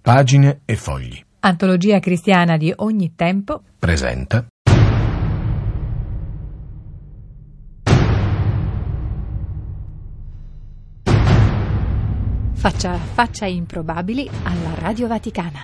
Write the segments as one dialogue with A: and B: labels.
A: Pagine e fogli.
B: Antologia cristiana di ogni tempo.
A: Presenta
B: Faccia a faccia improbabili alla Radio Vaticana.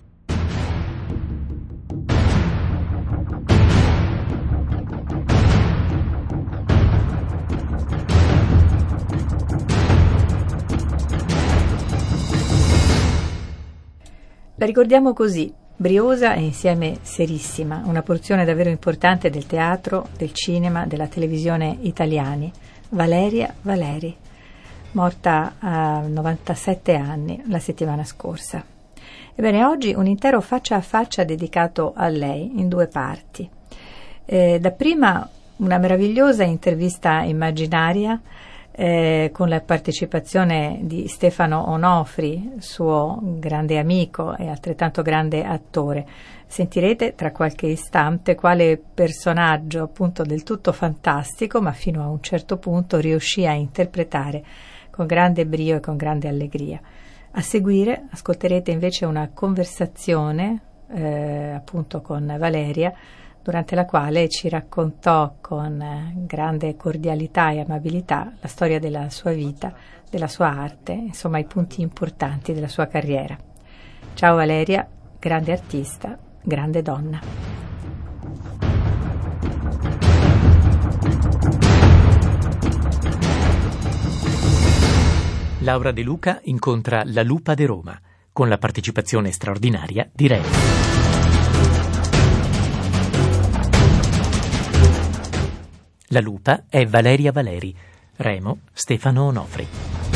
B: La ricordiamo così, briosa e insieme serissima, una porzione davvero importante del teatro, del cinema, della televisione italiani, Valeria Valeri, morta a 97 anni la settimana scorsa. Ebbene, oggi un intero faccia a faccia dedicato a lei, in due parti. Dapprima una meravigliosa intervista immaginaria con la partecipazione di Stefano Onofri, suo grande amico e altrettanto grande attore. Sentirete tra qualche istante quale personaggio appunto del tutto fantastico, ma fino a un certo punto riuscì a interpretare con grande brio e con grande allegria. A seguire ascolterete invece una conversazione appunto con Valeria, durante la quale ci raccontò con grande cordialità e amabilità la storia della sua vita, della sua arte, insomma i punti importanti della sua carriera. Ciao Valeria, grande artista, grande donna.
C: Laura De Luca incontra la Lupa de Roma, con la partecipazione straordinaria di Remo. La Lupa è Valeria Valeri, Remo Stefano Onofri.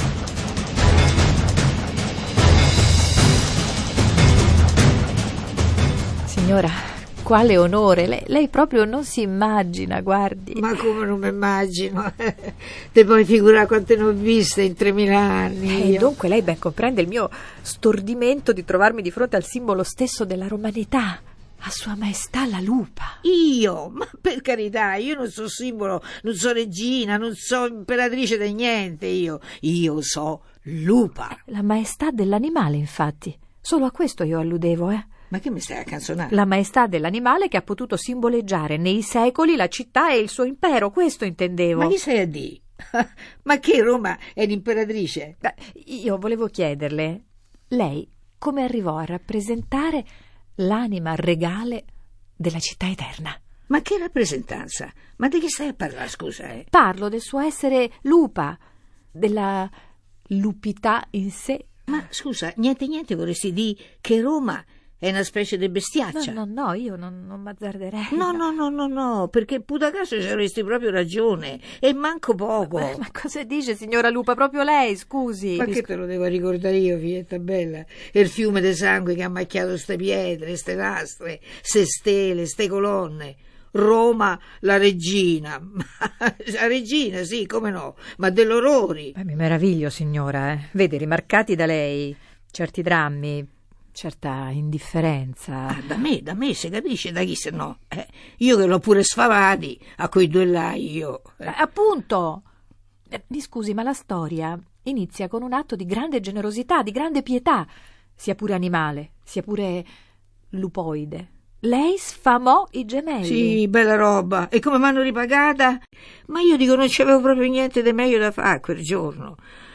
B: Signora, quale onore, lei proprio non si immagina, guardi.
D: Ma come non mi immagino? Te puoi figurare quante ne ho viste in 3000 anni.
B: E dunque lei ben comprende il mio stordimento di trovarmi di fronte al simbolo stesso della romanità, a Sua Maestà la Lupa.
D: Io? Ma per carità, io non so simbolo, non so regina, non so imperatrice di niente, io so Lupa.
B: La maestà dell'animale, infatti. Solo a questo io alludevo,
D: Ma che mi stai a canzonare?
B: La maestà dell'animale che ha potuto simboleggiare nei secoli la città e il suo impero, questo intendevo.
D: Ma chi sei a dire? Ma che Roma è l'imperatrice?
B: Beh, io volevo chiederle, lei come arrivò a rappresentare l'anima regale della città eterna?
D: Ma che rappresentanza? Ma di che stai a parlare, scusa?
B: Parlo del suo essere lupa, della lupità in sé.
D: Ma scusa, niente vorresti dire che Roma è una specie di bestiaccia?
B: No, io non m'azzarderei.
D: No, perché puta caso ci avresti proprio ragione, e manco poco.
B: Ma cosa dice, signora Lupa? Proprio lei, scusi.
D: Ma che te lo devo ricordare io, figlietta bella? E il fiume di sangue che ha macchiato ste pietre, ste lastre, ste stele, ste colonne. Roma, la regina. La regina, sì, come no, ma dell'orrori.
B: Mi meraviglio, signora, Vede, rimarcati da lei certi drammi, certa indifferenza.
D: Da me, se capisce, da chi se no? Io che l'ho pure sfavati a quei due là, io.
B: Appunto! Mi scusi, ma la storia inizia con un atto di grande generosità, di grande pietà, sia pure animale, sia pure lupoide. Lei sfamò i gemelli.
D: Sì, bella roba. E come m'hanno ripagata? Ma io dico, non c'avevo proprio niente di meglio da fare quel giorno.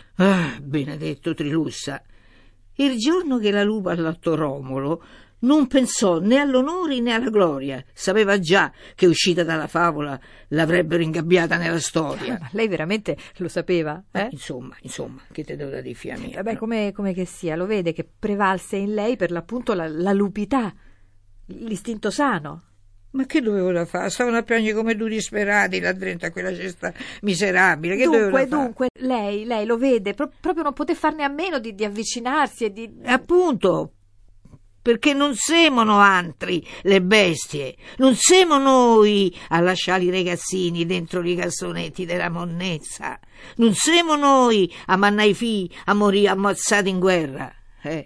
D: Benedetto Trilussa. Il giorno che la lupa allattò Romolo non pensò né all'onore né alla gloria. Sapeva già che uscita dalla favola l'avrebbero ingabbiata nella storia.
B: Ma lei veramente lo sapeva?
D: Insomma, che te devo da dire, figlia mia?
B: Vabbè, come che sia, lo vede che prevalse in lei per l'appunto la lupità, l'istinto sano.
D: Ma che dovevo da fare? Stavano a piangere come due disperati là dentro a quella cesta miserabile. Che
B: Dunque, lei lo vede, proprio non poté farne a meno di avvicinarsi e di...
D: Appunto, perché non siamo antri le bestie, non siamo noi a lasciare i ragazzini dentro i cassonetti della monnezza, non siamo noi a mannare i figli a morire ammazzati in guerra.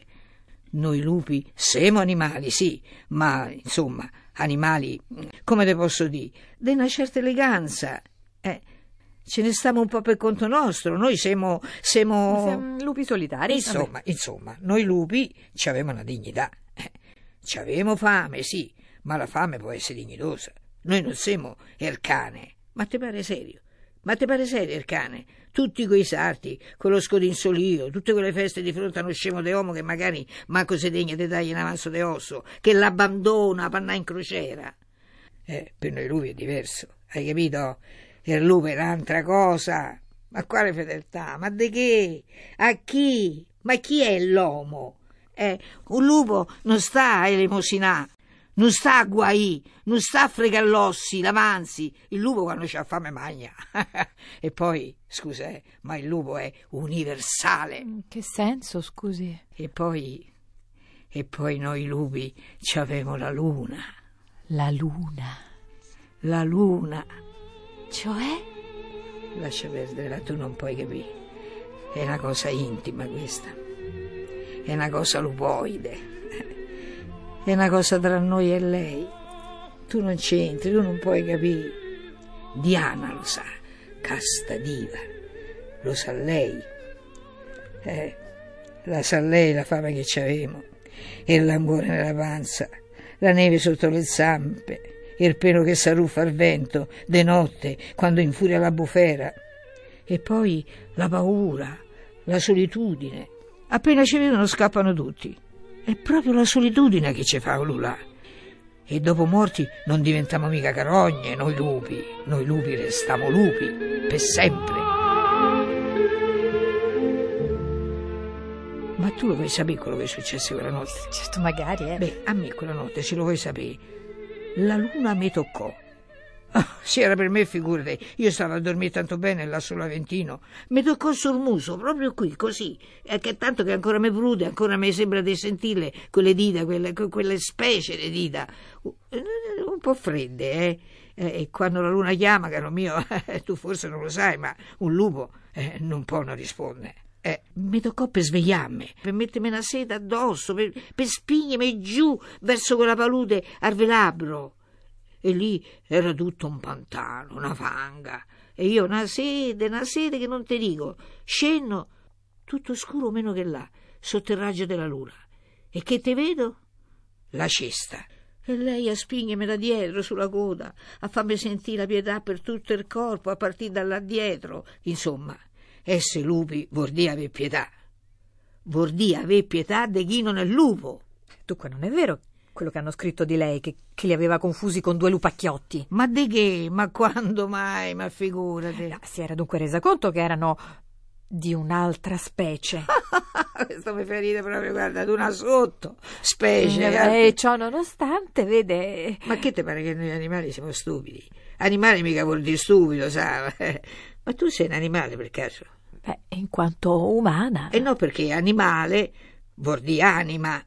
D: Noi lupi siamo animali, sì, ma insomma animali, come te posso dire, di una certa eleganza. ce ne stiamo un po' per conto nostro, noi siamo
B: lupi solitari.
D: Insomma, noi lupi ci avevamo una dignità, ci avevamo fame, sì, ma la fame può essere dignitosa, noi non siamo il cane. Ma te pare serio? Il cane? Tutti quei sarti, quello scodinzolio, tutte quelle feste di fronte a uno scemo de uomo che magari manco si degna di dargli un avanzo de osso, che l'abbandona per andare in crociera. Per noi lupi è diverso, hai capito? Il lupo è un'altra cosa. Ma quale fedeltà? Ma di che? A chi? Ma chi è l'uomo? Un lupo non sta a elemosinà, non sta a guai, non sta a fregallossi, l'avanzi. Il lupo quando c'ha fame magna. E poi, scusa, ma il lupo è universale.
B: Che senso, scusi?
D: E poi noi lupi ci avevamo la luna.
B: La luna?
D: La luna.
B: Cioè?
D: Lascia perdere, tu non puoi capire. È una cosa intima questa. È una cosa lupoide. È una cosa tra noi e lei. Tu non c'entri, tu non puoi capire. Diana lo sa, casta diva. Lo sa lei. La sa lei la fame che c'avemo. E l'amore nella panza, la neve sotto le zampe, il pelo che s'arruffa al vento, de notte, quando infuria la bufera. E poi la paura, la solitudine. Appena ci vedono scappano tutti. È proprio la solitudine che ci fa ululà. E dopo morti non diventiamo mica carogne, noi lupi restiamo lupi, per sempre. Ma tu lo vuoi sapere quello che è successo quella notte?
B: Certo, magari,
D: Beh, a me quella notte, se lo vuoi sapere, la luna mi toccò. Se era per me, figurati, io stavo a dormire tanto bene là sull'Aventino, mi toccò sul muso, proprio qui, così, che tanto che ancora mi prude, ancora mi sembra di sentirle quelle dita, quelle specie di dita, un po' fredde, e quando la luna chiama, caro mio, tu forse non lo sai, ma un lupo non può non rispondere. Mi toccò per svegliarmi, per mettermi una seta addosso, per spingermi giù verso quella palude al velabro. E lì era tutto un pantano, una fanga, e io una sete che non te dico. Scendo, tutto scuro meno che là, sotto il raggio della luna. E che te vedo? La cesta. E lei a spingermi da dietro sulla coda, a farmi sentire la pietà per tutto il corpo, a partire da là dietro. Insomma, esse lupi vuol dire aver pietà. Vuol dire aver pietà di chi non è lupo.
B: Dunque non è vero quello che hanno scritto di lei, che li aveva confusi con due lupacchiotti.
D: Ma di che? Ma quando mai? Ma figurati.
B: No, si era dunque resa conto che erano di un'altra specie.
D: Questo mi fa ridere proprio, guarda, ad una sottospecie.
B: E ciò nonostante, vede...
D: Ma che ti pare che noi animali siamo stupidi? Animale mica vuol dire stupido, sai? Ma tu sei un animale per caso?
B: Beh, in quanto umana.
D: E no, perché animale vuol dire anima.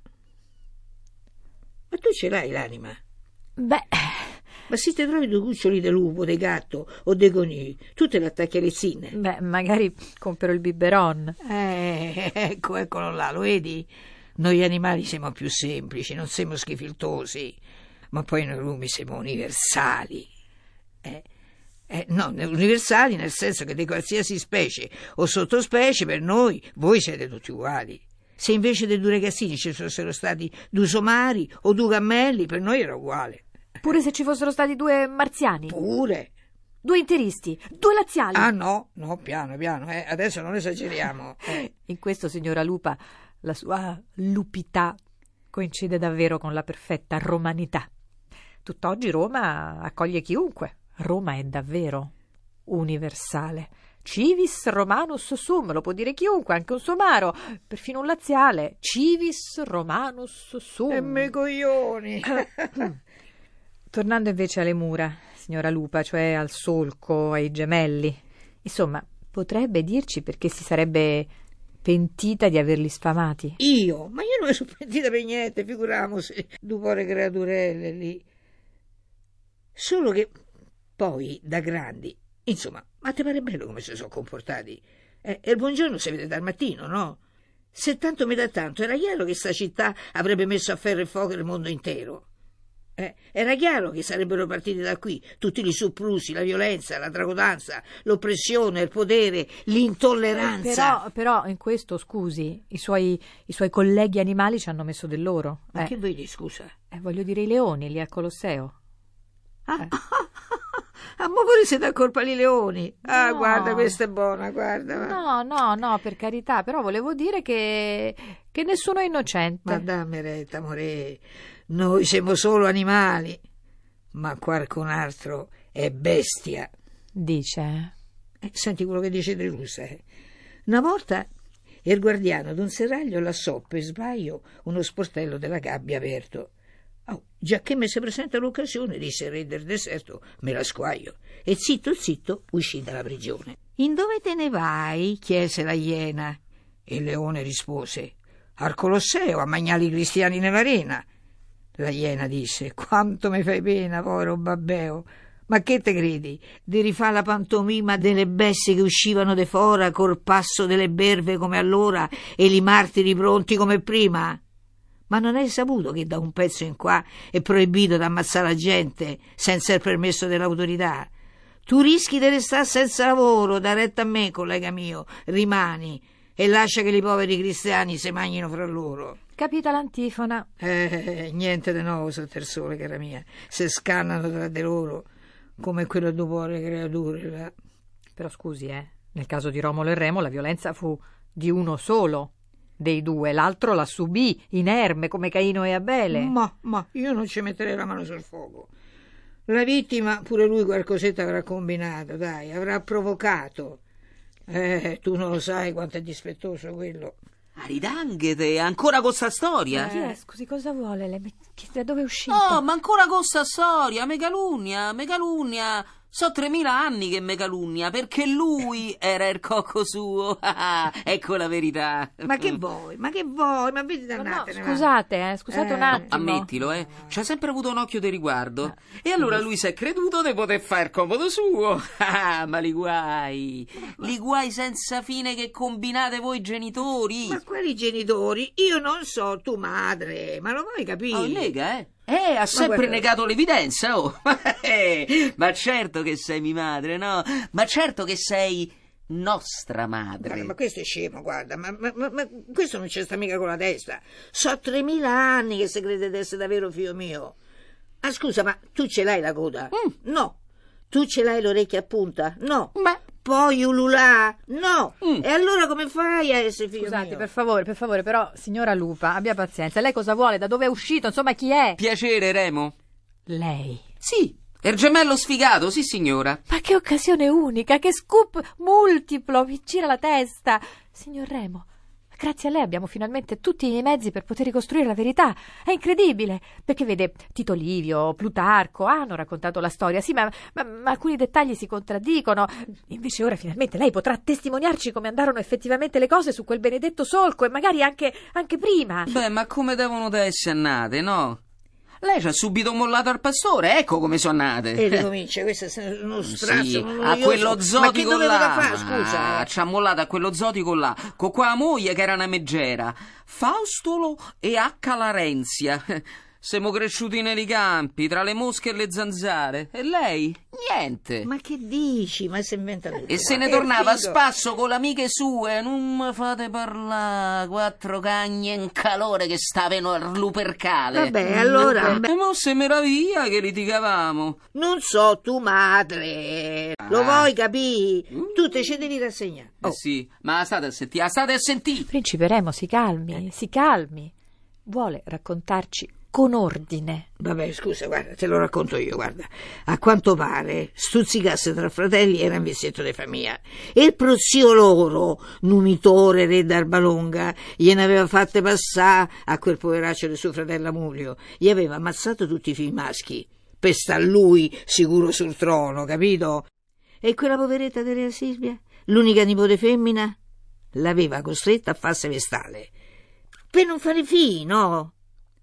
D: Ma tu ce l'hai l'anima?
B: Beh...
D: Ma se ti trovi due cuccioli di lupo, di gatto o di conigli, tu te l'attacchi alle zinne?
B: Beh, magari compro il biberon.
D: Eccolo là, lo vedi? Noi animali siamo più semplici, non siamo schifiltosi, ma poi noi lupi siamo universali. No, universali nel senso che di qualsiasi specie o sottospecie per noi, voi siete tutti uguali. Se invece dei due ragazzini ci fossero stati due somari o due cammelli, per noi era uguale.
B: Pure se ci fossero stati due marziani?
D: Pure.
B: Due interisti? Due laziali?
D: Ah no, piano, adesso non esageriamo.
B: In questo, signora Lupa, la sua lupità coincide davvero con la perfetta romanità. Tutt'oggi Roma accoglie chiunque. Roma è davvero universale. Civis Romanus sum, lo può dire chiunque, anche un somaro, perfino un laziale. Civis Romanus sum.
D: E me coglioni.
B: Tornando invece alle mura, signora Lupa, cioè al solco, ai gemelli. Insomma, potrebbe dirci perché si sarebbe pentita di averli sfamati?
D: Io? Ma io non mi sono pentita per niente, figuriamoci, due povere creaturelle lì. Solo che poi, da grandi, insomma, ma ti pare bello come si sono comportati? E il buongiorno si vede dal mattino, no? Se tanto mi dà tanto, era chiaro che sta città avrebbe messo a ferro e fuoco il mondo intero. Era chiaro che sarebbero partiti da qui tutti i soprusi, la violenza, la tracotanza, l'oppressione, il potere, l'intolleranza.
B: Però in questo, scusi, i suoi colleghi animali ci hanno messo del loro.
D: Ma che vedi, scusa?
B: Voglio dire i leoni lì al Colosseo.
D: Ma pure se dà colpa ai leoni.
B: No.
D: Guarda, questa è buona, guarda.
B: No, per carità, però volevo dire che nessuno è innocente.
D: Ma dammi retta, amore. Noi siamo solo animali, ma qualcun altro è bestia.
B: Dice?
D: Senti quello che dice Trilussa. Una volta il guardiano d'un serraglio lassò per sbaglio uno sportello della gabbia aperto. Giacché mi si presenta l'occasione, disse il re del deserto, me la squaglio. E zitto uscì dalla prigione. In dove te ne vai? Chiese la iena. E il leone rispose: al Colosseo, a mangiare i cristiani nell'arena. La iena disse: quanto mi fai pena, povero babbeo. Ma che te credi? Di rifare la pantomima delle bestie che uscivano de fora col passo delle berve come allora e i martiri pronti come prima? Ma non hai saputo che da un pezzo in qua è proibito di ammazzare la gente senza il permesso dell'autorità? Tu rischi di restare senza lavoro, da retta a me, collega mio, rimani e lascia che i poveri cristiani si mangiino fra loro.
B: Capita l'antifona.
D: Niente di nuovo sotto il sole, cara mia. Se scannano tra di loro come quello dopo le creature là.
B: Però scusi, nel caso di Romolo e Remo la violenza fu di uno solo dei due, l'altro la subì inerme come Caino e Abele.
D: Ma io non ci metterei la mano sul fuoco. La vittima pure lui qualcosetta avrà combinato, dai, avrà provocato. Tu non lo sai quanto è dispettoso quello.
E: Aridanghete, ancora con sta storia?
B: Chi è? Scusi, cosa vuole? Da dove è uscito?
E: Oh, ma ancora con sta storia, me calunnia. So 3.000 anni che me calunnia, perché lui era il cocco suo. Ecco la verità.
D: Ma che vuoi? Ma vedi dannate.
B: No, scusate un attimo.
E: Ammettilo, c'ha sempre avuto un occhio di riguardo. E allora lui si è creduto di poter fare il comodo suo. Ma li guai senza fine che combinate voi genitori.
D: Ma quali genitori? Io non so tu madre, ma lo vuoi capire?
E: Oh, nega, ha sempre negato l'evidenza, oh. Ma certo che sei mia madre, no? Ma certo che sei nostra madre.
D: Guarda, ma questo è scemo, guarda, ma questo non c'è sta mica con la testa. So 3.000 anni che si crede di essere davvero figlio mio. Ah, scusa, ma tu ce l'hai la coda? No. Tu ce l'hai l'orecchia a punta? No.
E: Beh.
D: Poi ululà? No. E allora come fai a essere figlio
B: Scusate,
D: mio?
B: per favore, però, signora Lupa, abbia pazienza. Lei cosa vuole? Da dove è uscito? Insomma, chi è?
E: Piacere, Remo.
B: Lei.
E: Sì, è il gemello sfigato, sì signora.
B: Ma che occasione unica, che scoop multiplo, mi gira la testa. Signor Remo, grazie a lei abbiamo finalmente tutti i mezzi per poter ricostruire la verità. È incredibile, perché vede, Tito Livio, Plutarco hanno raccontato la storia, sì, ma alcuni dettagli si contraddicono. Invece ora finalmente lei potrà testimoniarci come andarono effettivamente le cose su quel benedetto solco e magari anche prima.
E: Beh, ma come devono essere nate, no? Lei ci ha subito mollato al pastore, ecco come sono nate.
D: E ricomincia, questo è uno strazzo.
E: Sì,
D: uno
E: a quello zotico là.
D: Ma che doveva fare, scusa?
E: Ci ha mollato a quello zotico là, con qua moglie che era una meggera, Faustolo e H. Larenzia. Siamo cresciuti nei campi, tra le mosche e le zanzare. E lei? Niente.
D: Ma che dici? Ma si inventa tutto.
E: E se ne tornava a spasso con le amiche sue. Non mi fate parlare, 4 cagne in calore che stavano a lupercale.
D: Vabbè, allora.
E: E mo se meraviglia che litigavamo.
D: Non so, tu madre. Lo vuoi capire? Tu te ci devi rassegnare.
E: Sì, ma state a sentire.
B: Principe Remo, si calmi. Vuole raccontarci con ordine.
D: Vabbè, scusa, guarda, te lo racconto io, guarda. A quanto pare, stuzzicasse tra fratelli era un vizietto di famiglia. E il prozio loro, numitore re d'Arbalonga, gliene aveva fatte passare a quel poveraccio di suo fratello Amulio. Gli aveva ammazzato tutti i figli maschi, per star lui sicuro sul trono, capito? E quella poveretta di Rea Silvia, l'unica nipote femmina, l'aveva costretta a farsi vestale. Per non fare figli, no?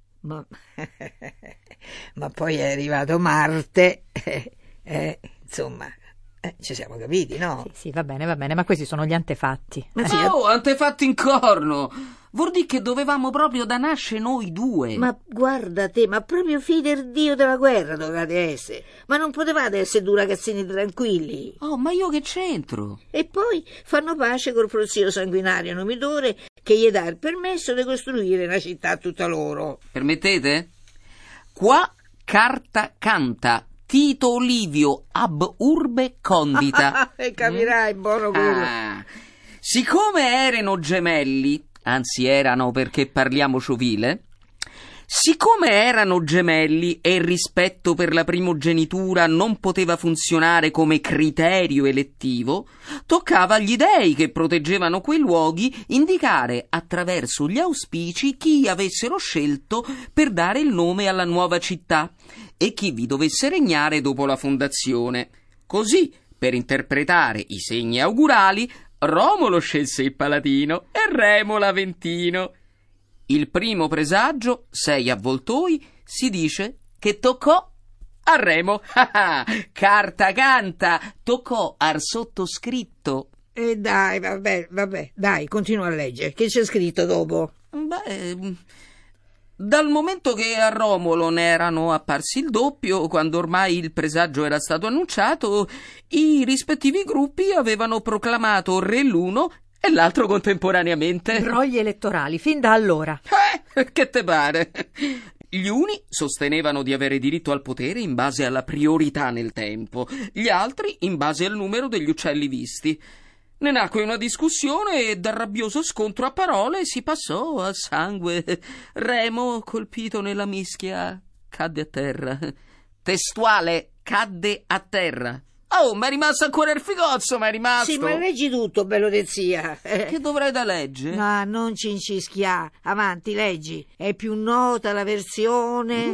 D: Ma poi è arrivato Marte, insomma, ci siamo capiti, no?
B: Sì, va bene, ma questi sono gli antefatti.
D: Ma sì,
E: antefatti in corno! vuol dire che dovevamo proprio da nascere noi due.
D: Ma guarda te, ma proprio figli del dio della guerra dovevate essere. Ma non potevate essere due ragazzini tranquilli.
E: Oh, ma io che c'entro?
D: E poi fanno pace col prozio sanguinario nomitore che gli dà il permesso di costruire una città tutta loro.
E: Permettete? Qua carta canta, Tito Livio ab urbe condita.
D: E capirai, buono quello.
E: Siccome erano gemelli, anzi erano perché parliamo ciovile, siccome erano gemelli e il rispetto per la primogenitura non poteva funzionare come criterio elettivo, toccava agli dei che proteggevano quei luoghi indicare attraverso gli auspici chi avessero scelto per dare il nome alla nuova città e chi vi dovesse regnare dopo la fondazione. Così, per interpretare i segni augurali, Romolo scelse il Palatino e Remo l'Aventino. Il primo presagio, 6 avvoltoi, si dice che toccò a Remo. Carta canta, toccò al sottoscritto.
D: E dai, vabbè, dai, continua a leggere. Che c'è scritto dopo?
E: Dal momento che a Romolo ne erano apparsi il doppio, quando ormai il presagio era stato annunciato, i rispettivi gruppi avevano proclamato re l'uno e l'altro contemporaneamente.
B: Brogli elettorali, fin da allora.
E: Che te pare? Gli uni sostenevano di avere diritto al potere in base alla priorità nel tempo, gli altri in base al numero degli uccelli visti. Ne nacque una discussione e dal rabbioso scontro a parole si passò al sangue. Remo, colpito nella mischia, cadde a terra. Testuale, cadde a terra. Oh, mi è rimasto ancora il figozzo, mi è rimasto.
D: Sì, ma leggi tutto, bello de zia.
E: Che dovrei da leggere?
D: Ma non ci incischia. Avanti, leggi. È più nota la versione.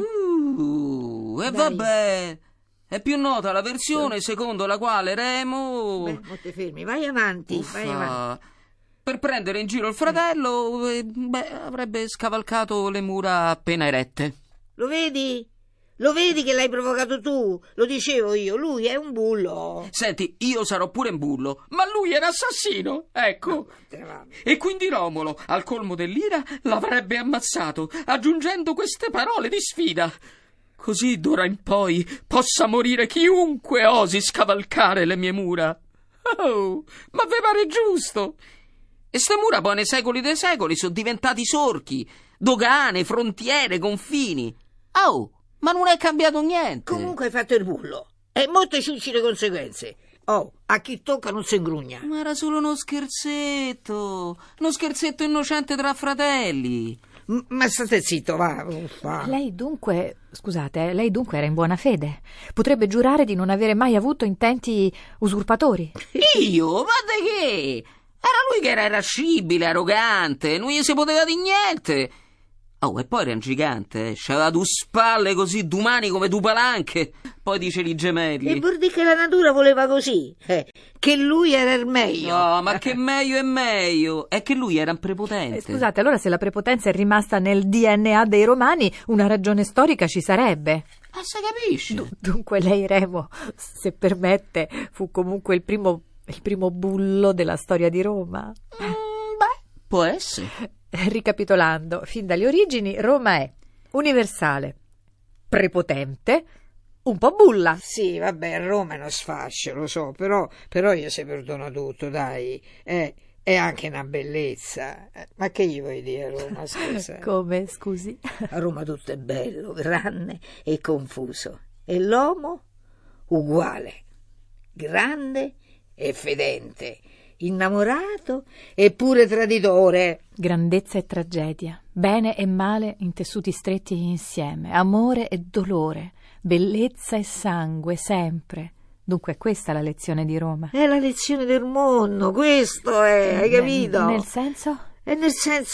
E: E vabbè. È più nota la versione secondo la quale Remo...
D: Beh, non ti fermi, vai avanti, vai avanti.
E: Per prendere in giro il fratello, avrebbe scavalcato le mura appena erette.
D: Lo vedi? Lo vedi che l'hai provocato tu? Lo dicevo io, lui è un bullo.
E: Senti, io sarò pure un bullo, ma lui era assassino, ecco. E quindi Romolo, al colmo dell'ira, l'avrebbe ammazzato, aggiungendo queste parole di sfida. Così d'ora in poi possa morire chiunque osi scavalcare le mie mura. Oh, ma ve pare giusto? E ste mura poi nei secoli dei secoli sono diventati sorchi, dogane, frontiere, confini. Oh, ma non è cambiato niente.
D: Comunque hai fatto il bullo. E molte ciucci le conseguenze. Oh, a chi tocca non si ingrugna.
E: Ma era solo uno scherzetto innocente tra fratelli.
D: Ma state zitto, va.
B: Lei dunque era in buona fede. Potrebbe giurare di non avere mai avuto intenti usurpatori.
E: Io? Ma di che? Era lui che era irascibile, arrogante, non gli si poteva di niente. Oh, e poi era un gigante, c'aveva due spalle così dumani come due palanche. Poi dice i gemelli.
D: E vuol dire che la natura voleva così, che lui era il meglio.
E: No, ma che meglio è meglio, è che lui era un prepotente.
B: Scusate, allora se la prepotenza è rimasta nel DNA dei romani, una ragione storica ci sarebbe.
E: Ma si capisce?
B: Dunque lei, Remo, se permette, fu comunque il primo bullo della storia di Roma.
E: Può essere.
B: Ricapitolando, fin dalle origini Roma è universale, prepotente, un po' bulla.
D: Sì, vabbè, Roma è uno sfascio, lo so, però io si perdono tutto, dai. È anche una bellezza. Ma che gli vuoi dire a Roma, scusa?
B: Come, scusi?
D: A Roma tutto è bello, grande e confuso. E l'uomo? Uguale, grande e fedente, innamorato e pure traditore.
B: Grandezza e tragedia, bene e male intessuti stretti insieme, amore e dolore, bellezza e sangue sempre. Dunque è questa la lezione di Roma.
D: È la lezione del mondo, questo è, hai capito?
B: Nel senso?
D: Nel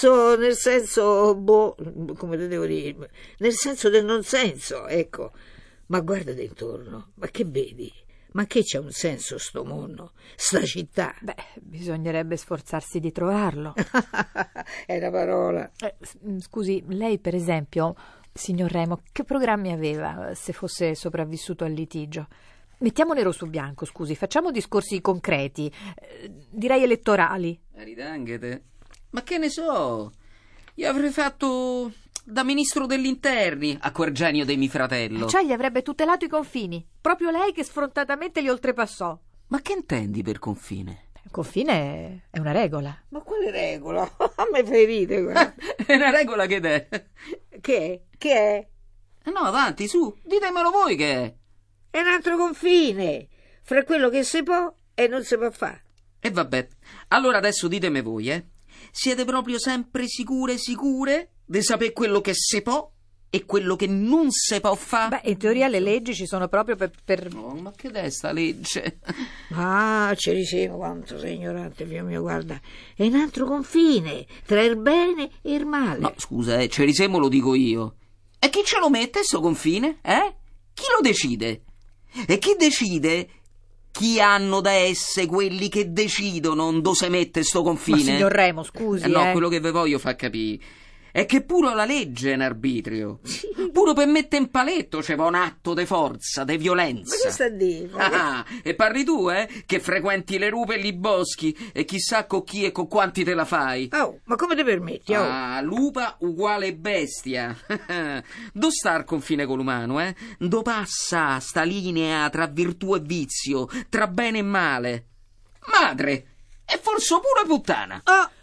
D: senso, come te devo dire, nel senso del non senso, ecco. Ma guardate intorno, ma che vedi? Ma che c'è un senso sto mondo, sta città?
B: Beh, bisognerebbe sforzarsi di trovarlo.
D: È una parola.
B: Scusi, lei per esempio, signor Remo, che programmi aveva se fosse sopravvissuto al litigio? Mettiamo nero su bianco, scusi, facciamo discorsi concreti, direi elettorali.
E: Aridanghete, ma che ne so? Gli avrei fatto da ministro degli interni a quel genio di mio fratello.
B: Cioè gli avrebbe tutelato i confini, proprio lei che sfrontatamente li oltrepassò.
E: Ma che intendi per confine?
B: Il confine è una regola.
D: Ma quale regola? A me fai ridere, guarda.
E: È una regola che è.
D: Che è?
E: No, avanti, su, ditemelo voi che è.
D: È un altro confine fra quello che si può e non si può fare.
E: E vabbè, allora adesso ditemi voi, siete proprio sempre sicure di sapere quello che si può e quello che non si può fare?
B: Beh, in teoria le leggi ci sono proprio per...
E: Oh, ma che è sta legge?
D: Ah, ci ricevo quanto sei ignorante, figlio mio, guarda. È un altro confine tra il bene e il male.
E: No, scusa, Cerisemo lo dico io. E chi ce lo mette, sto confine? Chi lo decide? E chi decide chi hanno da essere quelli che decidono dove si mette sto confine?
B: Ma signor Remo, scusi,
E: No, quello che vi voglio far capire è che pure la legge è un arbitrio. Pure per mettere in paletto c'è un atto di forza, di violenza.
D: Ma che sta a dire?
E: E parli tu, che frequenti le rupe e i boschi e chissà con chi e con quanti te la fai.
D: Oh, ma come ti permetti? Oh?
E: Ah, lupa uguale bestia. Dove sta il confine con l'umano, Dove passa sta linea tra virtù e vizio, tra bene e male? Madre, e forse pure puttana.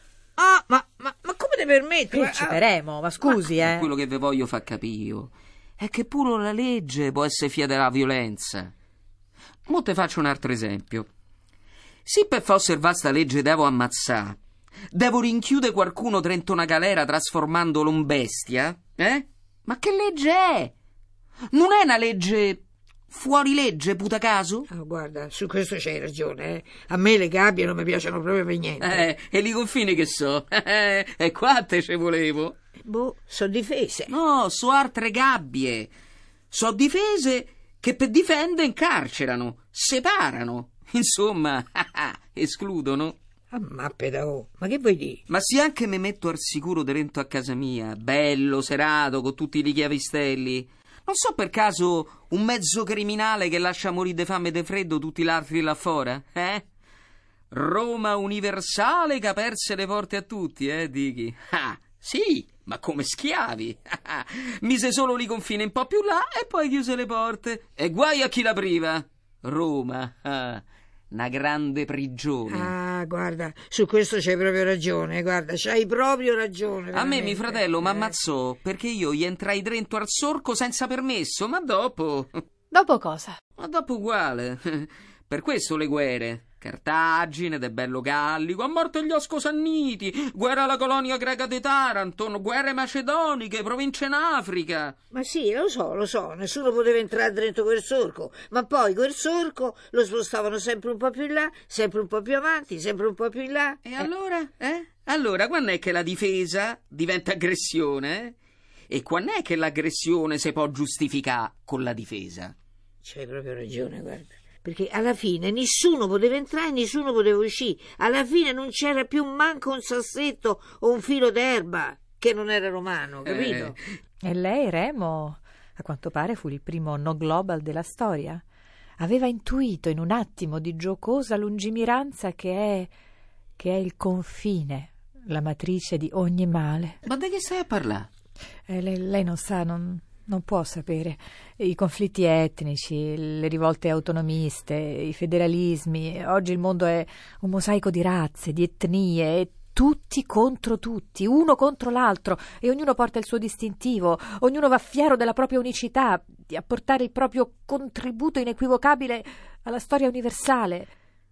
D: Ma come ti permetti?
B: Remo, ma scusi,
E: Quello che vi voglio far capire io è che pure la legge può essere fia della violenza. Mo te faccio un altro esempio. Se per fa osservare sta legge devo ammazzare, devo rinchiudere qualcuno dentro una galera trasformandolo in bestia? Ma che legge è? Non è una legge fuori legge, puta caso?
D: Oh, guarda, su questo c'hai ragione, A me le gabbie non mi piacciono proprio per niente.
E: E i confini che so? E qua te ce volevo.
D: So difese.
E: No, so altre gabbie. So difese che per difendere incarcerano, separano. Insomma, escludono.
D: Mappeta, ma che vuoi dire?
E: Ma se anche mi metto al sicuro dentro a casa mia, bello, serato, con tutti i chiavistelli, non so per caso un mezzo criminale che lascia morire di fame e di freddo tutti gli altri là fuori, Roma universale che aperse le porte a tutti, dichi? Sì, ma come schiavi. Mise solo li confini un po' più là e poi chiuse le porte. E guai a chi la priva. Roma, una grande prigione.
D: Guarda, su questo c'hai proprio ragione, guarda, c'hai proprio ragione.
E: A me mio fratello m'ammazzò perché io gli entrai dentro al sorco senza permesso, ma dopo...
B: Dopo cosa?
E: Ma dopo uguale. Per questo le guerre. Cartagine, De Bello Gallico, a morte gli Oscosanniti, guerra alla colonia greca di Taranto, guerre macedoniche, province in Africa.
D: Ma sì, lo so, nessuno poteva entrare dentro quel sorco, ma poi quel sorco lo spostavano sempre un po' più in là, sempre un po' più avanti, sempre un po' più in là.
E: E allora? Allora, quando è che la difesa diventa aggressione? E quando è che l'aggressione si può giustificare con la difesa?
D: C'hai proprio ragione, guarda. Perché alla fine nessuno poteva entrare e nessuno poteva uscire. Alla fine non c'era più manco un sassetto o un filo d'erba che non era romano, capito?
B: E lei, Remo, a quanto pare fu il primo no global della storia. Aveva intuito in un attimo di giocosa lungimiranza che è il confine, la matrice di ogni male.
E: Ma di che stai a parlare?
B: Lei non sa, non può sapere. I conflitti etnici, le rivolte autonomiste, i federalismi. Oggi il mondo è un mosaico di razze, di etnie, e tutti contro tutti, uno contro l'altro, e ognuno porta il suo distintivo, ognuno va fiero della propria unicità, di apportare il proprio contributo inequivocabile alla storia universale.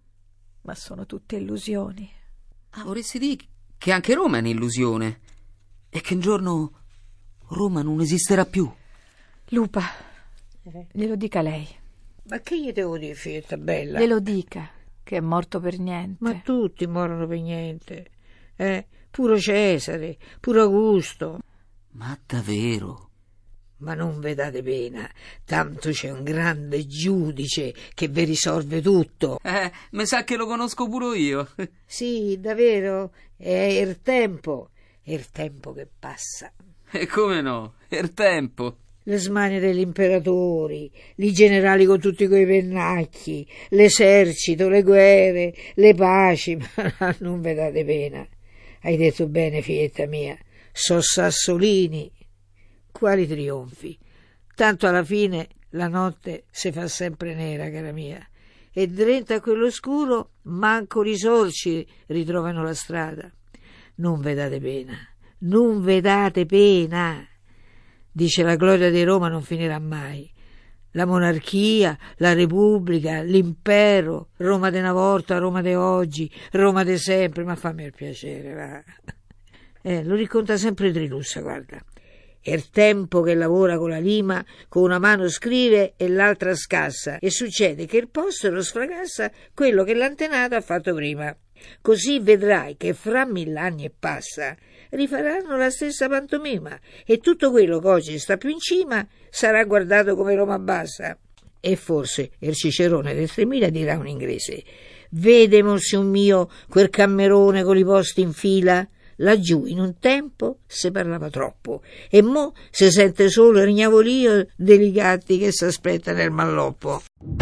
B: Ma sono tutte illusioni.
E: Vorresti dire che anche Roma è un'illusione e che un giorno Roma non esisterà più?
B: Lupa, glielo dica lei.
D: Ma che gli devo dire, fietta bella?
B: Glielo dica, che è morto per niente.
D: Ma tutti morono per niente. Pure Cesare, pure Augusto.
E: Ma davvero?
D: Ma non vedate pena, tanto c'è un grande giudice che vi risolve tutto.
E: Mi sa che lo conosco pure io.
D: Sì, davvero, è il tempo che passa.
E: E come no, è il tempo.
D: Le smanie degli imperatori, i generali con tutti quei pennacchi, l'esercito, le guerre, le paci, ma non vedate pena. Hai detto bene, figlietta mia, so Sassolini. Quali trionfi? Tanto alla fine la notte si fa sempre nera, cara mia, e dentro a quell'oscuro manco i sorci ritrovano la strada. Non vedate pena, non vedate pena. Dice la gloria di Roma non finirà mai. La monarchia, la repubblica, l'impero, Roma de una volta, Roma de oggi, Roma de sempre, ma fammi il piacere, va. Lo racconta sempre Trilussa, guarda. È il tempo che lavora con la lima, con una mano scrive e l'altra scassa, e succede che il posto lo sfragassa quello che l'antenato ha fatto prima. Così vedrai che fra 1000 anni e passa rifaranno la stessa pantomima e tutto quello che oggi sta più in cima sarà guardato come Roma bassa. E forse il cicerone del 3000 dirà un inglese: vede, monsignor mio, quel cammerone con i posti in fila? Laggiù in un tempo si parlava troppo e mo si sente solo il gnavolio dei gatti che si aspetta nel malloppo.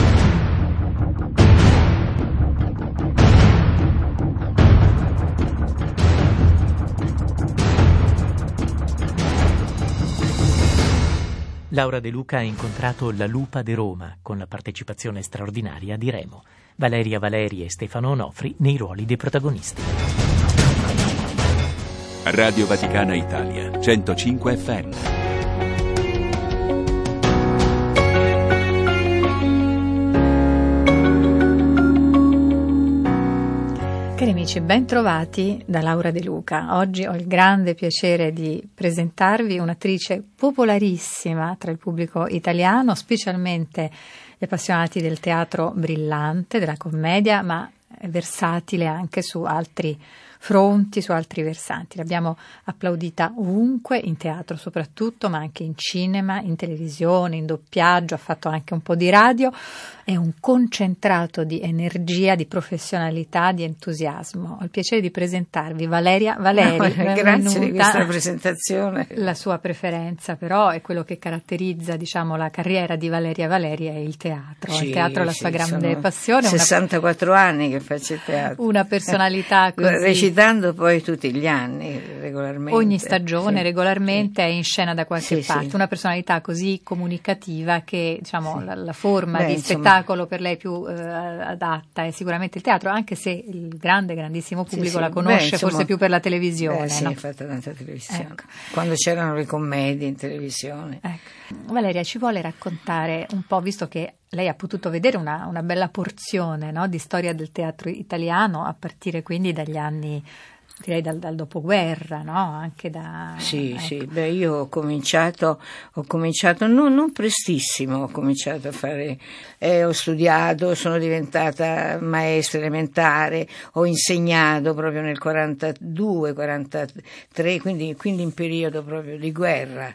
C: Laura De Luca ha incontrato la Lupa de Roma con la partecipazione straordinaria di Remo, Valeria Valeri e Stefano Onofri nei ruoli dei protagonisti.
F: Radio Vaticana Italia, 105 FM.
B: Cari amici, ben trovati da Laura De Luca. Oggi ho il grande piacere di presentarvi un'attrice popolarissima tra il pubblico italiano, specialmente gli appassionati del teatro brillante, della commedia, ma versatile anche su altri fronti, su altri versanti. L'abbiamo applaudita ovunque, in teatro soprattutto, ma anche in cinema, in televisione, in doppiaggio, ha fatto anche un po' di radio. È un concentrato di energia, di professionalità, di entusiasmo. Ho il piacere di presentarvi Valeria Valeri.
D: Grazie di questa presentazione.
B: La sua preferenza però è quello che caratterizza, diciamo, la carriera di Valeria Valeri è il teatro.
D: Sì,
B: il teatro è la sua grande passione.
D: 64 anni che faccio il teatro.
B: Una personalità così.
D: Recitando poi tutti gli anni, regolarmente.
B: Ogni stagione,
D: sì,
B: regolarmente
D: sì.
B: È in scena da qualche parte.
D: Sì.
B: Una personalità così comunicativa che, diciamo,
D: sì.
B: la forma di spettacolo per lei più adatta è sicuramente il teatro, anche se il grandissimo pubblico la conosce, forse più per la televisione.
D: Sì,
B: no?
D: ha fatto tanta televisione.
B: Ecco.
D: Quando c'erano le commedie in televisione.
B: Ecco. Valeria, ci vuole raccontare un po', visto che lei ha potuto vedere una bella porzione, no, di storia del teatro italiano, a partire quindi dagli anni, direi dal dopoguerra, no? Anche da...
D: Sì,
B: ecco.
D: sì, beh, io ho cominciato non prestissimo, ho cominciato a fare, ho studiato, sono diventata maestra elementare, ho insegnato proprio nel 42, 43, quindi in periodo proprio di guerra.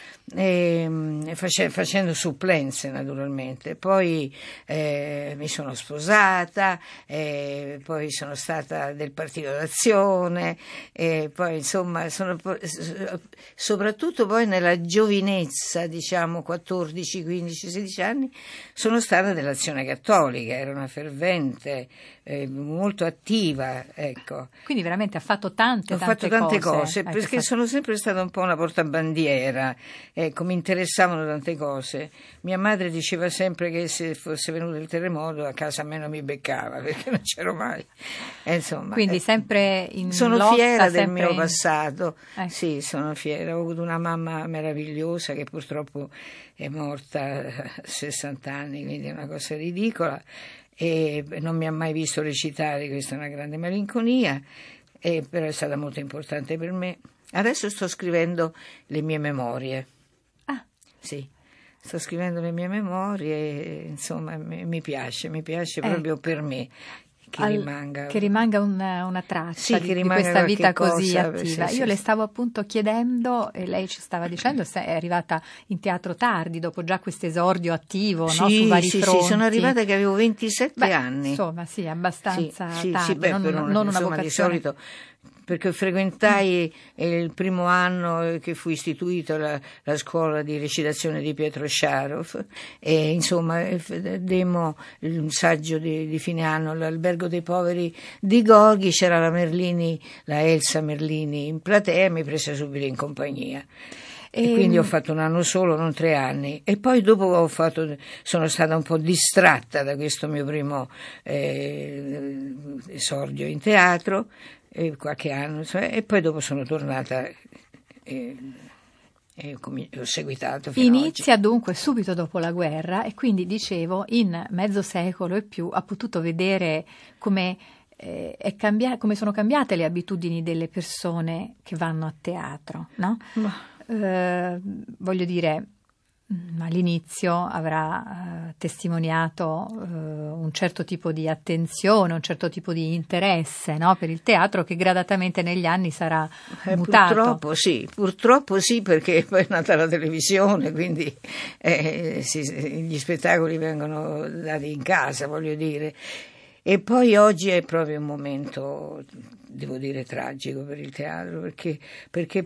D: Facendo supplenze naturalmente. Poi mi sono sposata, poi sono stata del Partito d'Azione, poi insomma soprattutto poi nella giovinezza, diciamo 14, 15, 16 anni, sono stata dell'Azione Cattolica, era una fervente, molto attiva, ecco.
B: Quindi veramente ha fatto tante
D: cose
B: ecco,
D: perché sono sempre stata un po' una portabandiera. Ecco, mi interessavano tante cose. Mia madre diceva sempre che se fosse venuto il terremoto a casa a me non mi beccava perché non c'ero mai. Insomma,
B: quindi sempre in
D: sono
B: lotta,
D: fiera del
B: sempre
D: mio passato.
B: Ecco.
D: Sì, sono fiera. Ho avuto una mamma meravigliosa che purtroppo è morta a 60 anni, quindi è una cosa ridicola. E non mi ha mai visto recitare, questa è una grande malinconia, però è stata molto importante per me. Adesso sto scrivendo le mie memorie. Sì, sto scrivendo le mie memorie, insomma mi piace proprio per me che
B: rimanga una traccia
D: sì,
B: di questa vita così
D: cosa,
B: attiva.
D: sì,
B: Io le stavo appunto chiedendo, e lei ci stava dicendo, è arrivata in teatro tardi, dopo già questo esordio attivo,
D: sì,
B: no, su vari fronti.
D: Sì, sono arrivata che avevo 27 anni.
B: Insomma, sì, abbastanza tardi,
D: per
B: non una vocazione.
D: Di solito perché frequentai il primo anno che fu istituita la scuola di recitazione di Pietro Sciarov, e insomma demmo il saggio di fine anno all'Albergo dei Poveri di Gorghi, c'era la Elsa Merlini in platea, e mi prese subito in compagnia. E quindi ho fatto un anno solo, non 3 anni, e poi dopo sono stata un po' distratta da questo mio primo esordio in teatro, qualche anno, e poi dopo sono tornata e ho seguitato fino
B: Inizia
D: ad oggi.
B: dunque subito dopo la guerra, e quindi dicevo in mezzo secolo e più ha potuto vedere come sono cambiate le abitudini delle persone che vanno a teatro, no? Voglio dire, all'inizio avrà testimoniato un certo tipo di attenzione, un certo tipo di interesse, no, per il teatro, che gradatamente negli anni sarà mutato.
D: Purtroppo sì, perché poi è nata la televisione, quindi gli spettacoli vengono dati in casa, voglio dire. E poi oggi è proprio un momento, devo dire, tragico per il teatro, perché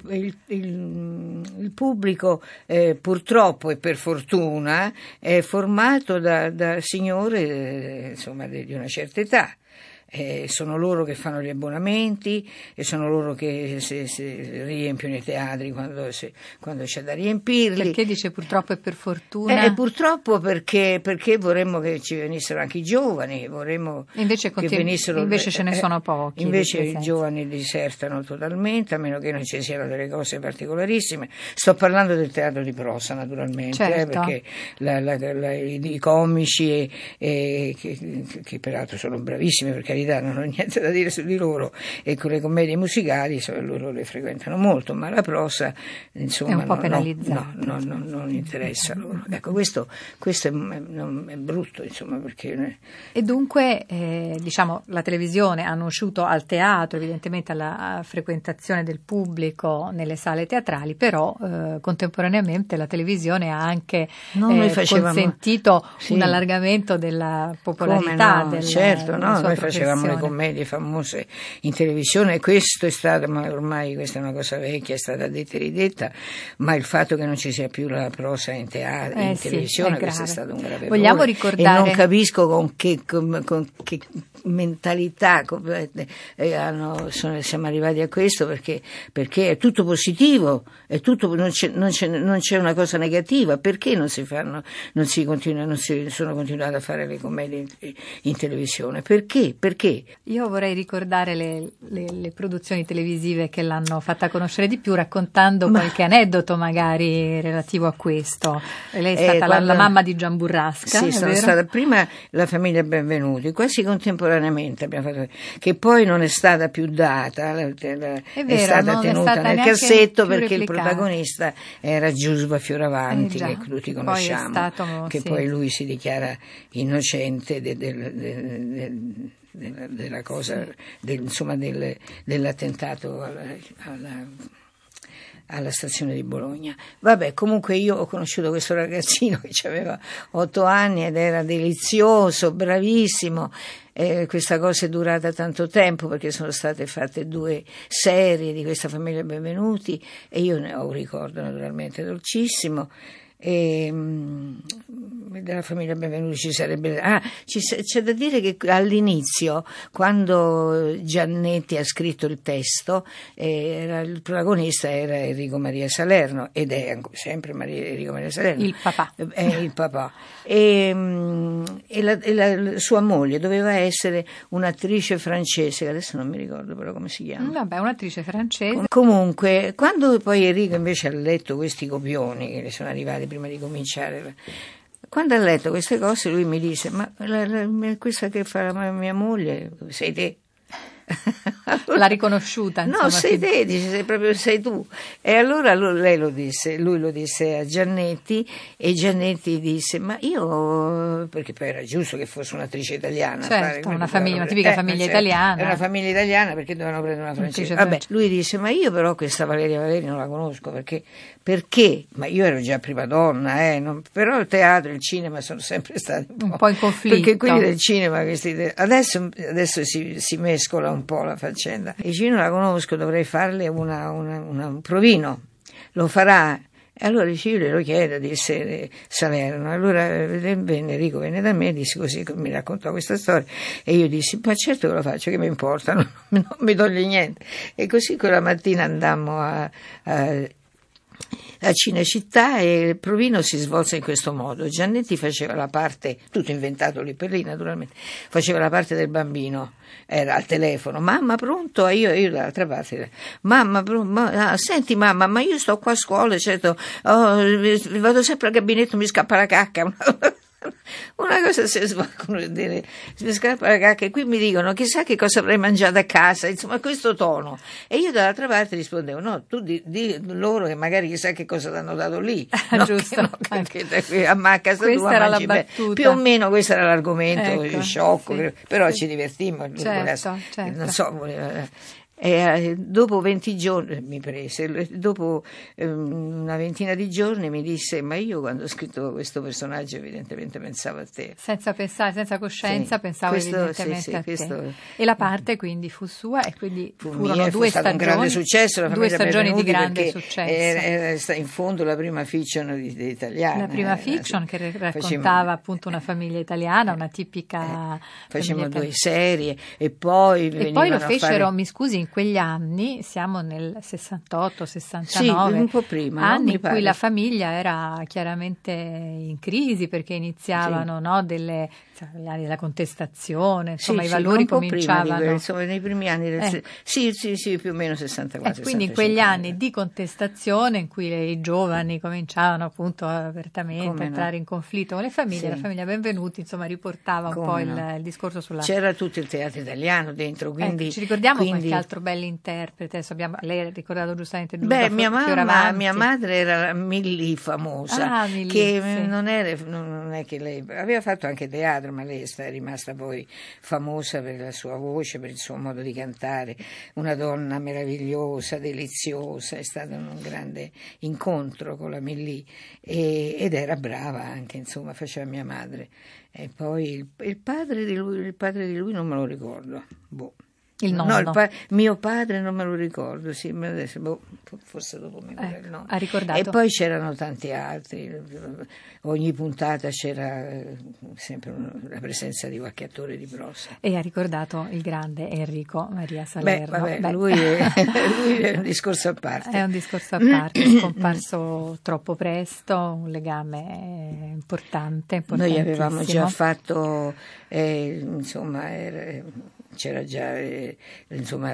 D: il pubblico purtroppo e per fortuna è formato da signore insomma di una certa età. Sono loro che fanno gli abbonamenti, e sono loro che si riempiono i teatri quando c'è da riempirli.
B: Perché dice purtroppo e per fortuna?
D: Purtroppo perché vorremmo che ci venissero anche i giovani, vorremmo
B: invece
D: che venissero.
B: Invece ce ne sono pochi.
D: Invece i giovani disertano totalmente, a meno che non ci siano delle cose particolarissime. Sto parlando del teatro di prosa, naturalmente,
B: certo.
D: Perché i comici che peraltro sono bravissimi, perché non ho niente da dire su di loro, e con le commedie musicali loro le frequentano molto, ma la prosa insomma
B: è un po' penalizzata.
D: non interessa loro. Ecco, questo è brutto, insomma, perché
B: e dunque diciamo la televisione ha nociuto al teatro, evidentemente alla frequentazione del pubblico nelle sale teatrali, però contemporaneamente la televisione ha anche consentito un allargamento della popolarità.
D: Certo,
B: della
D: noi facevamo le commedie famose in televisione, e questo è stato, ma ormai questa è una cosa vecchia, è stata detta e ridetta, ma il fatto che non ci sia più la prosa in televisione, questo è stato un grave
B: Vogliamo
D: errore.
B: Ricordare...
D: E non capisco con che mentalità siamo arrivati a questo, perché è tutto positivo, non c'è una cosa negativa. Perché non sono continuate a fare le commedie in televisione? Perché?
B: Io vorrei ricordare le produzioni televisive che l'hanno fatta conoscere di più, raccontando qualche aneddoto magari relativo a questo. Lei è stata la mamma di Gian Burrasca.
D: Sì, sono stata prima la famiglia Benvenuti, quasi contemporaneamente abbiamo fatto, che poi non è stata più data, è stata tenuta nel cassetto, perché il protagonista era Giusva Fioravanti, che tutti conosciamo, poi lui si dichiara innocente della cosa, dell'attentato alla stazione di Bologna. Vabbè, comunque io ho conosciuto questo ragazzino che aveva 8 anni ed era delizioso, bravissimo. Questa cosa è durata tanto tempo, perché sono state fatte 2 serie di questa famiglia Benvenuti, e io ne ho un ricordo naturalmente dolcissimo. E della famiglia Benvenuti ci sarebbe c'è da dire che all'inizio, quando Giannetti ha scritto il testo, il protagonista era Enrico Maria Salerno, ed è sempre Enrico Maria Salerno,
B: il papà.
D: Il papà. E la sua moglie doveva essere un'attrice francese, che adesso non mi ricordo però come si chiama.
B: Vabbè, un'attrice francese.
D: Comunque, quando poi Enrico invece ha letto questi copioni che le sono arrivati prima di cominciare, quando ha letto queste cose, lui mi dice: ma questa che fa la mia moglie sei te?
B: L'ha riconosciuta, insomma.
D: No, sei te, dice, sei tu. E allora lui lo disse a Giannetti, e Giannetti disse: ma io, perché poi era giusto che fosse un'attrice italiana,
B: certo, una tipica famiglia italiana.
D: È una famiglia italiana, perché dovevano prendere una francese. Vabbè, lui disse: ma io però questa Valeria Valeri non la conosco, perché? Ma io ero già prima donna, però il teatro e il cinema sono sempre stati un po'
B: in conflitto.
D: Perché quelli del cinema, adesso si mescola un po' la faccenda. faccenda. E io non la conosco, dovrei farle un provino. Lo farà? E allora io glielo chiedo, disse Salerno. Allora Enrico venne da me e disse così, mi raccontò questa storia, e io dissi, ma certo che lo faccio, che mi importa, non mi toglie niente. E così quella mattina andammo a Cinecittà, e il provino si svolse in questo modo. Giannetti faceva la parte, tutto inventato lì per lì naturalmente, faceva la parte del bambino, era al telefono, mamma pronto? E io dall'altra parte, mamma senti mamma, ma io sto qua a scuola, certo, vado sempre al gabinetto, mi scappa la cacca. Una cosa si mi scappa la cacca, e qui mi dicono chissà che cosa avrei mangiato a casa, insomma questo tono. E io dall'altra parte rispondevo, no, tu di loro che magari chissà che cosa ti hanno dato lì, no,
B: giusto,
D: che a casa
B: questa
D: tua
B: era
D: mangi
B: la battuta.
D: più o meno questo era l'argomento,
B: Ecco,
D: sciocco,
B: sì,
D: però
B: sì.
D: ci divertimmo,
B: Certo.
D: non so, dopo 20 giorni mi prese, dopo una ventina di giorni mi disse, ma io quando ho scritto questo personaggio evidentemente pensavo a te.
B: Senza pensare, senza coscienza,
D: Sì,
B: pensavo evidentemente a te.
D: questo,
B: E la parte quindi fu sua, e quindi furono
D: mia,
B: due
D: fu stato
B: stagioni,
D: un grande successo, la
B: due
D: famiglia
B: stagioni di
D: Benvenuti,
B: grande
D: perché
B: successo.
D: era in fondo la prima fiction italiana.
B: La prima fiction che raccontava appunto una famiglia italiana, una tipica
D: facevamo
B: famiglia
D: due serie, e poi
B: e poi lo
D: venivano a
B: fecero,
D: fare...
B: mi scusi, in quegli anni, siamo nel 68, 69,
D: Sì, un po' prima, no?
B: anni
D: Mi
B: in
D: pare.
B: cui la famiglia era chiaramente in crisi, perché iniziavano no, gli anni della contestazione, insomma i valori
D: un po'
B: cominciavano.
D: prima di quello, insomma, nei primi anni del sì, più o meno 64.
B: Quindi in quegli anni di contestazione in cui i giovani cominciavano appunto apertamente a entrare in conflitto con le famiglie, la famiglia Benvenuti insomma riportava un po' il discorso sulla...
D: C'era tutto il teatro italiano dentro, quindi...
B: ci ricordiamo qualche altro bell'interprete, adesso lei ha ricordato giustamente Giuda
D: mia madre era Millì famosa,
B: Millì,
D: che
B: sì.
D: non è che lei aveva fatto anche teatro, ma lei è rimasta poi famosa per la sua voce, per il suo modo di cantare, una donna meravigliosa, deliziosa, è stato un grande incontro con la Millì, ed era brava anche, insomma, faceva mia madre. E poi il padre di lui non me lo ricordo,
B: il nonno.
D: No, mio padre non me lo ricordo, sì, ma adesso, forse dopo mi ricordo, no.
B: Ha ricordato.
D: E poi c'erano tanti altri, ogni puntata c'era sempre la presenza di qualche attore di prosa.
B: E ha ricordato il grande Enrico Maria Salerno.
D: Lui è un discorso a parte.
B: È un discorso a parte, è scomparso troppo presto, un legame importante.
D: Noi avevamo già fatto, insomma, c'era già, insomma,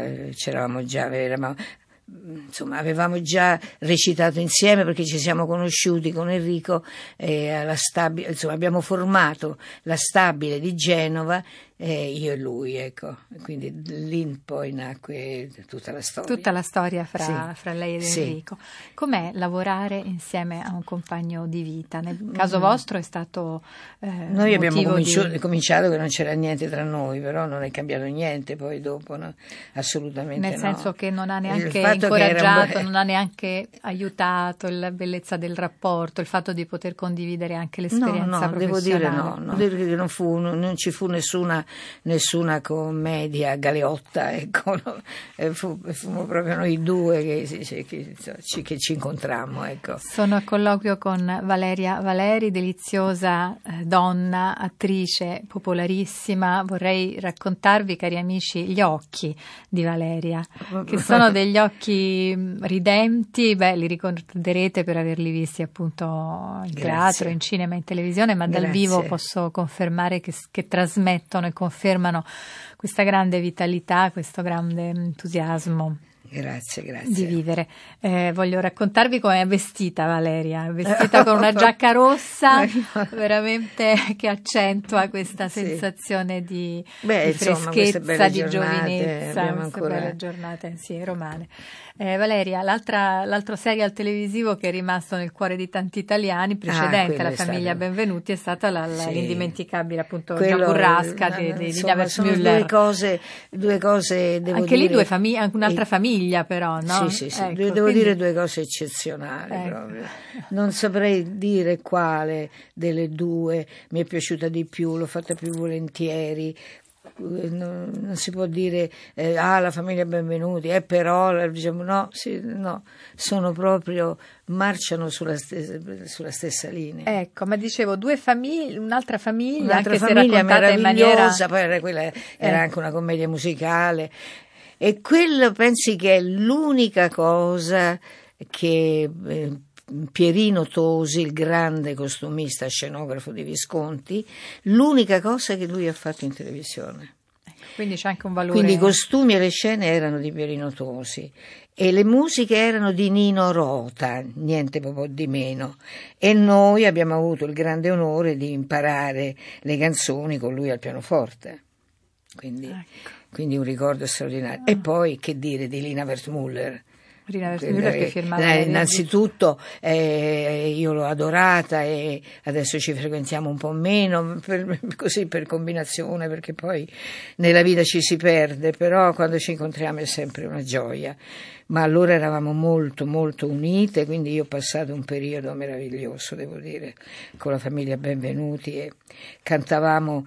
D: avevamo già recitato insieme, perché ci siamo conosciuti con Enrico alla Stabile, insomma abbiamo formato la Stabile di Genova, io e lui, ecco, quindi lì poi nacque tutta la storia.
B: Tutta la storia fra lei ed Enrico. Com'è lavorare insieme a un compagno di vita? Nel caso vostro è stato
D: noi abbiamo cominciato che non c'era niente tra noi, però non è cambiato niente poi dopo, no? Assolutamente
B: nel senso che non ha neanche
D: incoraggiato,
B: non ha neanche aiutato la bellezza del rapporto, il fatto di poter condividere anche l'esperienza professionale.
D: Devo dire che non ci fu nessuna commedia galeotta, ecco, no? Fummo proprio noi due che ci incontrammo, ecco.
B: Sono a colloquio con Valeria Valeri, deliziosa donna, attrice popolarissima. Vorrei raccontarvi, cari amici, gli occhi di Valeria, che sono degli occhi ridenti. Li ricorderete per averli visti appunto in teatro, in cinema, in televisione, ma dal vivo posso confermare che trasmettono e confermano questa grande vitalità, questo grande entusiasmo.
D: Grazie.
B: Di vivere. Voglio raccontarvi come è vestita Valeria, vestita con una giacca rossa, veramente che accentua questa sensazione di freschezza, di giovinezza, queste belle giornate romane. Valeria, l'altro serial televisivo che è rimasto nel cuore di tanti italiani, precedente alla famiglia Benvenuti, è stata l'indimenticabile appunto Gian Burrasca di Naves Müller.
D: Due cose devo
B: anche
D: dire.
B: Lì anche un'altra famiglia però, no?
D: Sì.
B: Ecco,
D: devo dire due cose eccezionali, proprio. Non saprei dire quale delle due mi è piaciuta di più, l'ho fatta più volentieri. non si può dire la famiglia benvenuti, però diciamo, no, sono proprio, marciano sulla stessa linea.
B: Ecco, ma dicevo, due famiglie, un'altra famiglia
D: Un'altra
B: anche
D: famiglia
B: se raccontata in
D: meravigliosa,
B: maniera...
D: poi quella era anche una commedia musicale, e quello pensi che è l'unica cosa che Pierino Tosi, il grande costumista scenografo di Visconti, l'unica cosa che lui ha fatto in televisione.
B: Quindi c'è anche un valore.
D: Quindi i costumi e le scene erano di Pierino Tosi e le musiche erano di Nino Rota, niente proprio di meno. E noi abbiamo avuto il grande onore di imparare le canzoni con lui al pianoforte. Quindi un ricordo straordinario. E poi, che dire, di Lina Wertmüller.
B: Rina Wertmüller che firmava
D: innanzitutto io l'ho adorata e adesso ci frequentiamo un po' meno così per combinazione, perché poi nella vita ci si perde, però quando ci incontriamo è sempre una gioia. Ma allora eravamo molto molto unite, quindi io ho passato un periodo meraviglioso, devo dire, con la famiglia Benvenuti, e cantavamo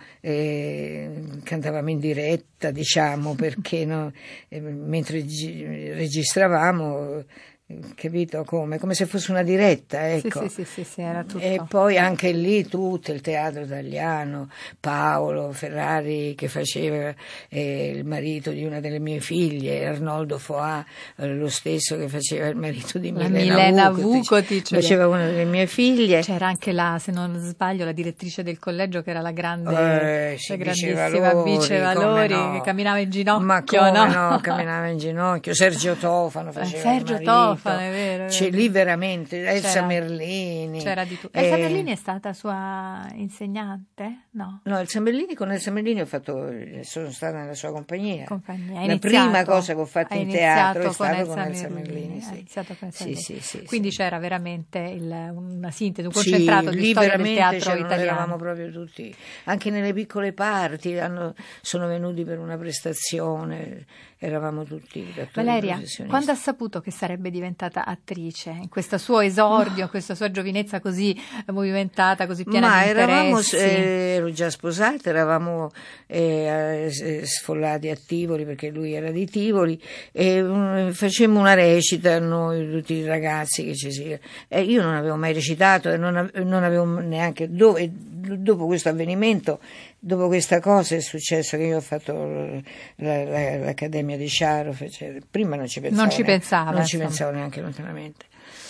D: in diretta, diciamo, perché mentre registravamo, capito, come se fosse una diretta, ecco.
B: Sì, era tutto.
D: E poi anche lì tutto il teatro italiano, Paolo Ferrari che faceva il marito di una delle mie figlie, Arnoldo Foà, lo stesso che faceva il marito di Milena Vukotic, faceva una delle mie figlie.
B: C'era anche se non sbaglio, la direttrice del collegio che era la grandissima Bice Valori, che camminava in ginocchio.
D: Ma come no, camminava in ginocchio. Sergio Tofano faceva il marito.
B: È vero.
D: C'è lì veramente Elsa Merlini.
B: C'era di tutto. Elsa Merlini è stata sua insegnante? No,
D: Elsa Merlini, con Elsa Merlini sono stata nella sua compagnia.
B: La
D: prima cosa che ho fatto in teatro è stato con
B: Elsa
D: Merlini.
B: Sì. Quindi c'era veramente una sintesi, un concentrato di storia del teatro italiano.
D: Eravamo proprio tutti, anche nelle piccole parti, sono venuti per una prestazione, eravamo tutti attori.
B: Valeria, quando ha saputo che sarebbe diventata attrice, in questo suo esordio, in questa sua giovinezza così movimentata, così piena di interessi?
D: Ero già sposata, eravamo sfollati a Tivoli, perché lui era di Tivoli, e facemmo una recita noi tutti i ragazzi che io non avevo mai recitato e non avevo neanche dopo questo avvenimento, dopo questa cosa è successo che io ho fatto l'Accademia di Ciaro, prima non ci pensavo neanche lontanamente.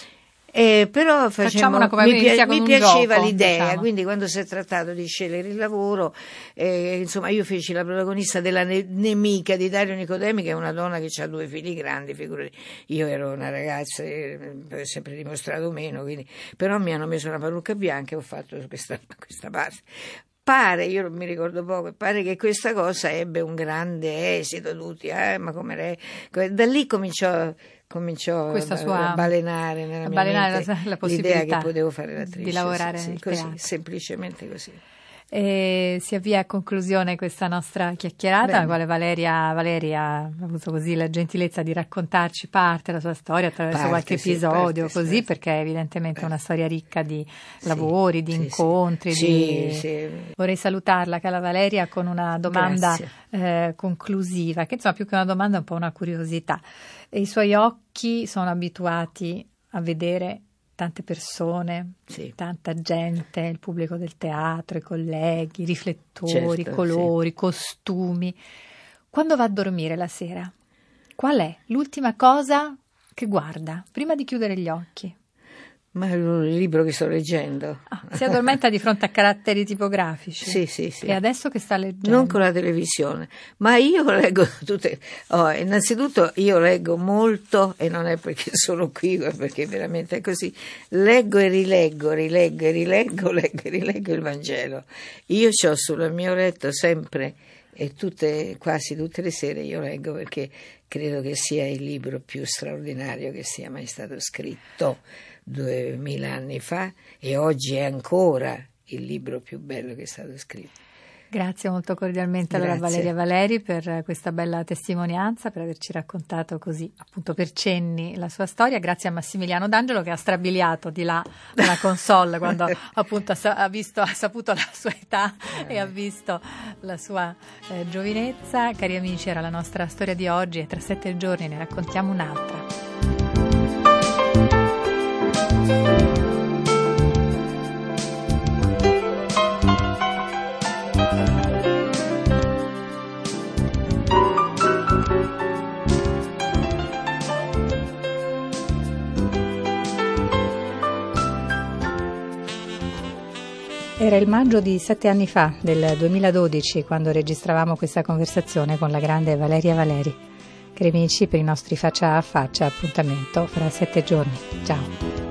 D: Però mi piaceva l'idea, diciamo. Quindi quando si è trattato di scegliere il lavoro, insomma, io feci la protagonista della nemica di Dario Nicodemi, che è una donna che ha 2 figli grandi, figurati. Io ero una ragazza, ho sempre dimostrato meno, però mi hanno messo una parrucca bianca e ho fatto questa parte. Io non mi ricordo poco, pare che questa cosa ebbe un grande esito, tutti, ma come da lì cominciò a balenare nella mia mente
B: la possibilità
D: l'idea che potevo fare l'attrice,
B: di lavorare nel
D: così,
B: teatro.
D: semplicemente così.
B: Si avvia a conclusione questa nostra chiacchierata, nella quale Valeria ha avuto così la gentilezza di raccontarci parte della sua storia attraverso qualche episodio, perché è evidentemente una storia ricca di lavori, di incontri. Vorrei salutarla, cara Valeria, con una domanda conclusiva, che insomma più che una domanda è un po' una curiosità. I suoi occhi sono abituati a vedere tante persone, tanta gente, il pubblico del teatro, i colleghi, i riflettori, i colori, i costumi. Quando va a dormire la sera, qual è l'ultima cosa che guarda prima di chiudere gli occhi?
D: Ma è il libro che sto leggendo.
B: Si addormenta di fronte a caratteri tipografici?
D: Sì.
B: E adesso che sta leggendo?
D: Non con la televisione, ma io leggo tutte. Innanzitutto io leggo molto, e non è perché sono qui, ma perché veramente è così. Leggo e rileggo il Vangelo. Io c'ho sul mio letto sempre, e quasi tutte le sere io leggo, perché credo che sia il libro più straordinario che sia mai stato scritto 2000 anni fa, e oggi è ancora il libro più bello che è stato scritto.
B: Grazie molto cordialmente allora Valeria Valeri per questa bella testimonianza, per averci raccontato così appunto per cenni la sua storia. Grazie a Massimiliano D'Angelo che ha strabiliato di là dalla console quando appunto ha saputo la sua età e ha visto la sua giovinezza. Cari amici, era la nostra storia di oggi e tra 7 giorni ne raccontiamo un'altra. Era il maggio di 7 anni fa, del 2012, quando registravamo questa conversazione con la grande Valeria Valeri. Cari amici, per i nostri faccia a faccia, appuntamento fra 7 giorni. Ciao.